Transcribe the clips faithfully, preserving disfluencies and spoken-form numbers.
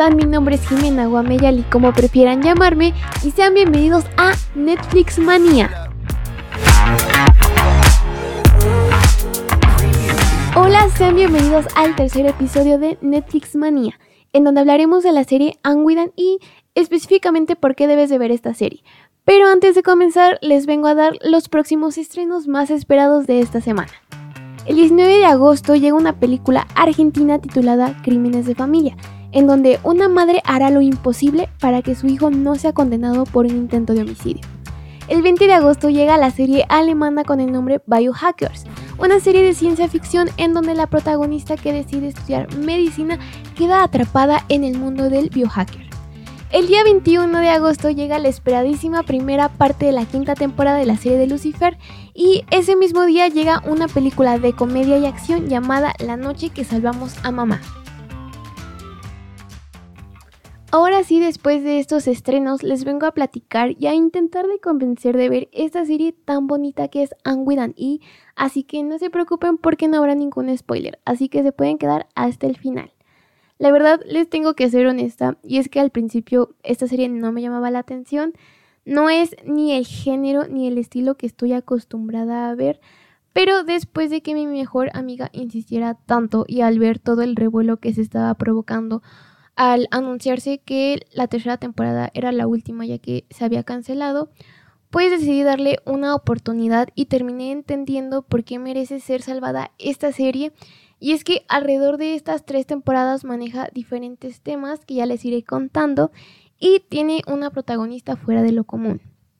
están? Mi nombre es Jimena Guameyali, como prefieran llamarme, y sean bienvenidos a Netflix Manía. Hola, sean bienvenidos al tercer episodio de Netflix Manía, en donde hablaremos de la serie Angwidhan y específicamente por qué debes de ver esta serie. Pero antes de comenzar, les vengo a dar los próximos estrenos más esperados de esta semana. El diecinueve de agosto llega una película argentina titulada Crímenes de Familia, en donde una madre hará lo imposible para que su hijo no sea condenado por un intento de homicidio. El veinte de agosto llega la serie alemana con el nombre Biohackers, una serie de ciencia ficción en donde la protagonista que decide estudiar medicina queda atrapada en el mundo del biohacker. El día veintiuno de agosto llega la esperadísima primera parte de la quinta temporada de la serie de Lucifer y ese mismo día llega una película de comedia y acción llamada La noche que salvamos a mamá. Ahora sí, después de estos estrenos, les vengo a platicar y a intentar de convencer de ver esta serie tan bonita que es Angwidhan y así que no se preocupen porque no habrá ningún spoiler, así que se pueden quedar hasta el final. La verdad, les tengo que ser honesta, y es que al principio esta serie no me llamaba la atención. No es ni el género ni el estilo que estoy acostumbrada a ver, pero después de que mi mejor amiga insistiera tanto y al ver todo el revuelo que se estaba provocando al anunciarse que la tercera temporada era la última ya que se había cancelado, pues decidí darle una oportunidad y terminé entendiendo por qué merece ser salvada esta serie. Y es que alrededor de estas tres temporadas maneja diferentes temas que ya les iré contando y tiene una protagonista fuera de lo común.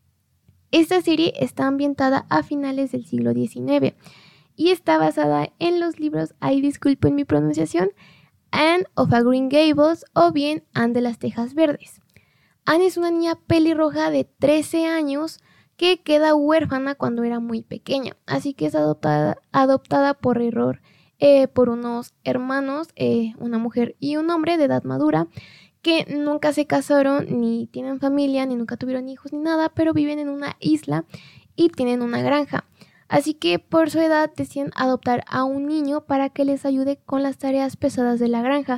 Esta serie está ambientada a finales del siglo diecinueve y está basada en los libros, ay disculpen mi pronunciación, Anne of a Green Gables o bien Anne de las Tejas Verdes. Anne es una niña pelirroja de trece años que queda huérfana cuando era muy pequeña, así que es adoptada, adoptada por error Eh, por unos hermanos, eh, una mujer y un hombre de edad madura que nunca se casaron, ni tienen familia, ni nunca tuvieron hijos, ni nada, pero viven en una isla y tienen una granja. Así que por su edad deciden adoptar a un niño para que les ayude con las tareas pesadas de la granja.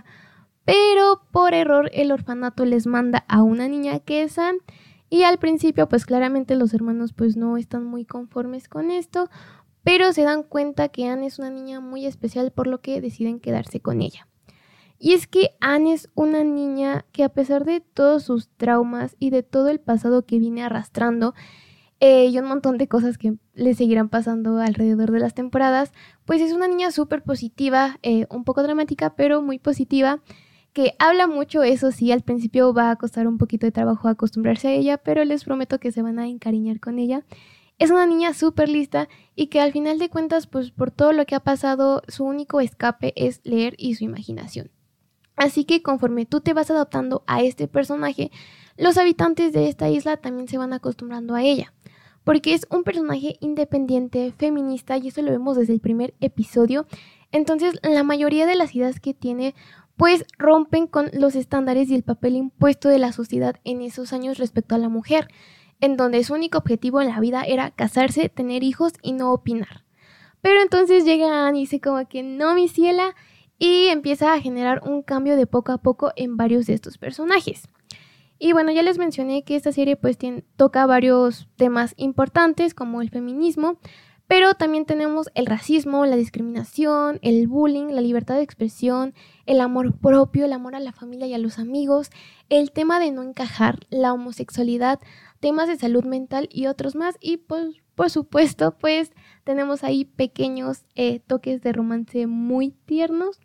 Pero por error el orfanato les manda a una niña que es Anne y al principio pues claramente los hermanos pues no están muy conformes con esto, pero se dan cuenta que Anne es una niña muy especial por lo que deciden quedarse con ella. Y es que Anne es una niña que a pesar de todos sus traumas y de todo el pasado que viene arrastrando eh, y un montón de cosas que le seguirán pasando alrededor de las temporadas, pues es una niña súper positiva, eh, un poco dramática pero muy positiva, que habla mucho, eso sí, al principio va a costar un poquito de trabajo acostumbrarse a ella, pero les prometo que se van a encariñar con ella. Es una niña súper lista y que al final de cuentas, pues por todo lo que ha pasado, su único escape es leer y su imaginación. Así que conforme tú te vas adaptando a este personaje, los habitantes de esta isla también se van acostumbrando a ella. Porque es un personaje independiente, feminista, y eso lo vemos desde el primer episodio. Entonces, la mayoría de las ideas que tiene, pues rompen con los estándares y el papel impuesto de la sociedad en esos años respecto a la mujer, en donde su único objetivo en la vida era casarse, tener hijos y no opinar. Pero entonces llega Anne y dice como que no, mi ciela, y empieza a generar un cambio de poco a poco en varios de estos personajes. Y bueno, ya les mencioné que esta serie pues tiene, toca varios temas importantes como el feminismo, pero también tenemos el racismo, la discriminación, el bullying, la libertad de expresión, el amor propio, el amor a la familia y a los amigos, el tema de no encajar, la homosexualidad, temas de salud mental y otros más. Y pues, por supuesto, pues tenemos ahí pequeños eh, toques de romance muy tiernos.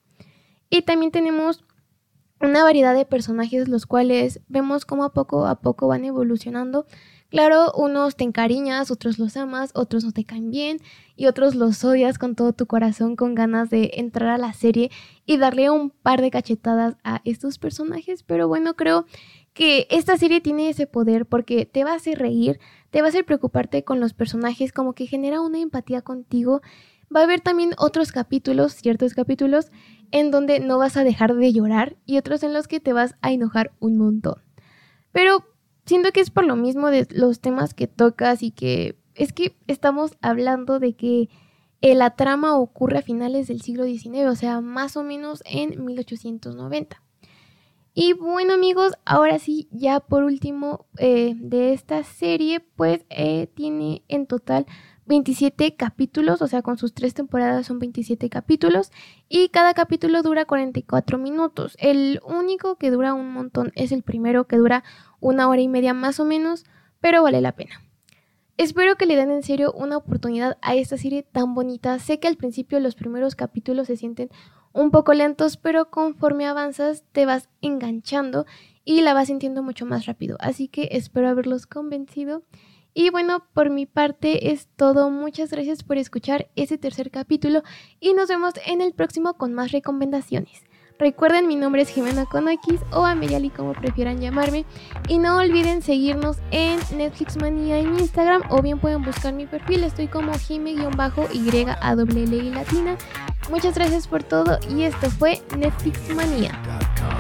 Y también tenemos una variedad de personajes los cuales vemos cómo a poco a poco van evolucionando. Claro, unos te encariñas, otros los amas, otros no te caen bien y otros los odias con todo tu corazón, con ganas de entrar a la serie y darle un par de cachetadas a estos personajes. Pero bueno, creo que esta serie tiene ese poder porque te va a hacer reír, te va a hacer preocuparte con los personajes, como que genera una empatía contigo. Va a haber también otros capítulos, ciertos capítulos, en donde no vas a dejar de llorar y otros en los que te vas a enojar un montón. Pero siento que es por lo mismo de los temas que tocas y que es que estamos hablando de que eh, la trama ocurre a finales del siglo diecinueve, o sea, más o menos en mil ochocientos noventa. Y bueno amigos, ahora sí, ya por último eh, de esta serie, pues eh, tiene en total veintisiete capítulos, o sea, con sus tres temporadas son veintisiete capítulos y cada capítulo dura cuarenta y cuatro minutos. El único que dura un montón es el primero, que dura una hora y media más o menos, pero vale la pena. Espero que le den en serio una oportunidad a esta serie tan bonita. Sé que al principio los primeros capítulos se sienten un poco lentos, pero conforme avanzas te vas enganchando y la vas sintiendo mucho más rápido. Así que espero haberlos convencido. Y bueno, por mi parte es todo. Muchas gracias por escuchar ese tercer capítulo y nos vemos en el próximo con más recomendaciones. Recuerden, mi nombre es Jimena con X o Ameliali, como prefieran llamarme. Y no olviden seguirnos en Netflix Manía en Instagram, o bien pueden buscar mi perfil, estoy como Jime-Y A W L I latina. Muchas gracias por todo y esto fue Netflix Manía.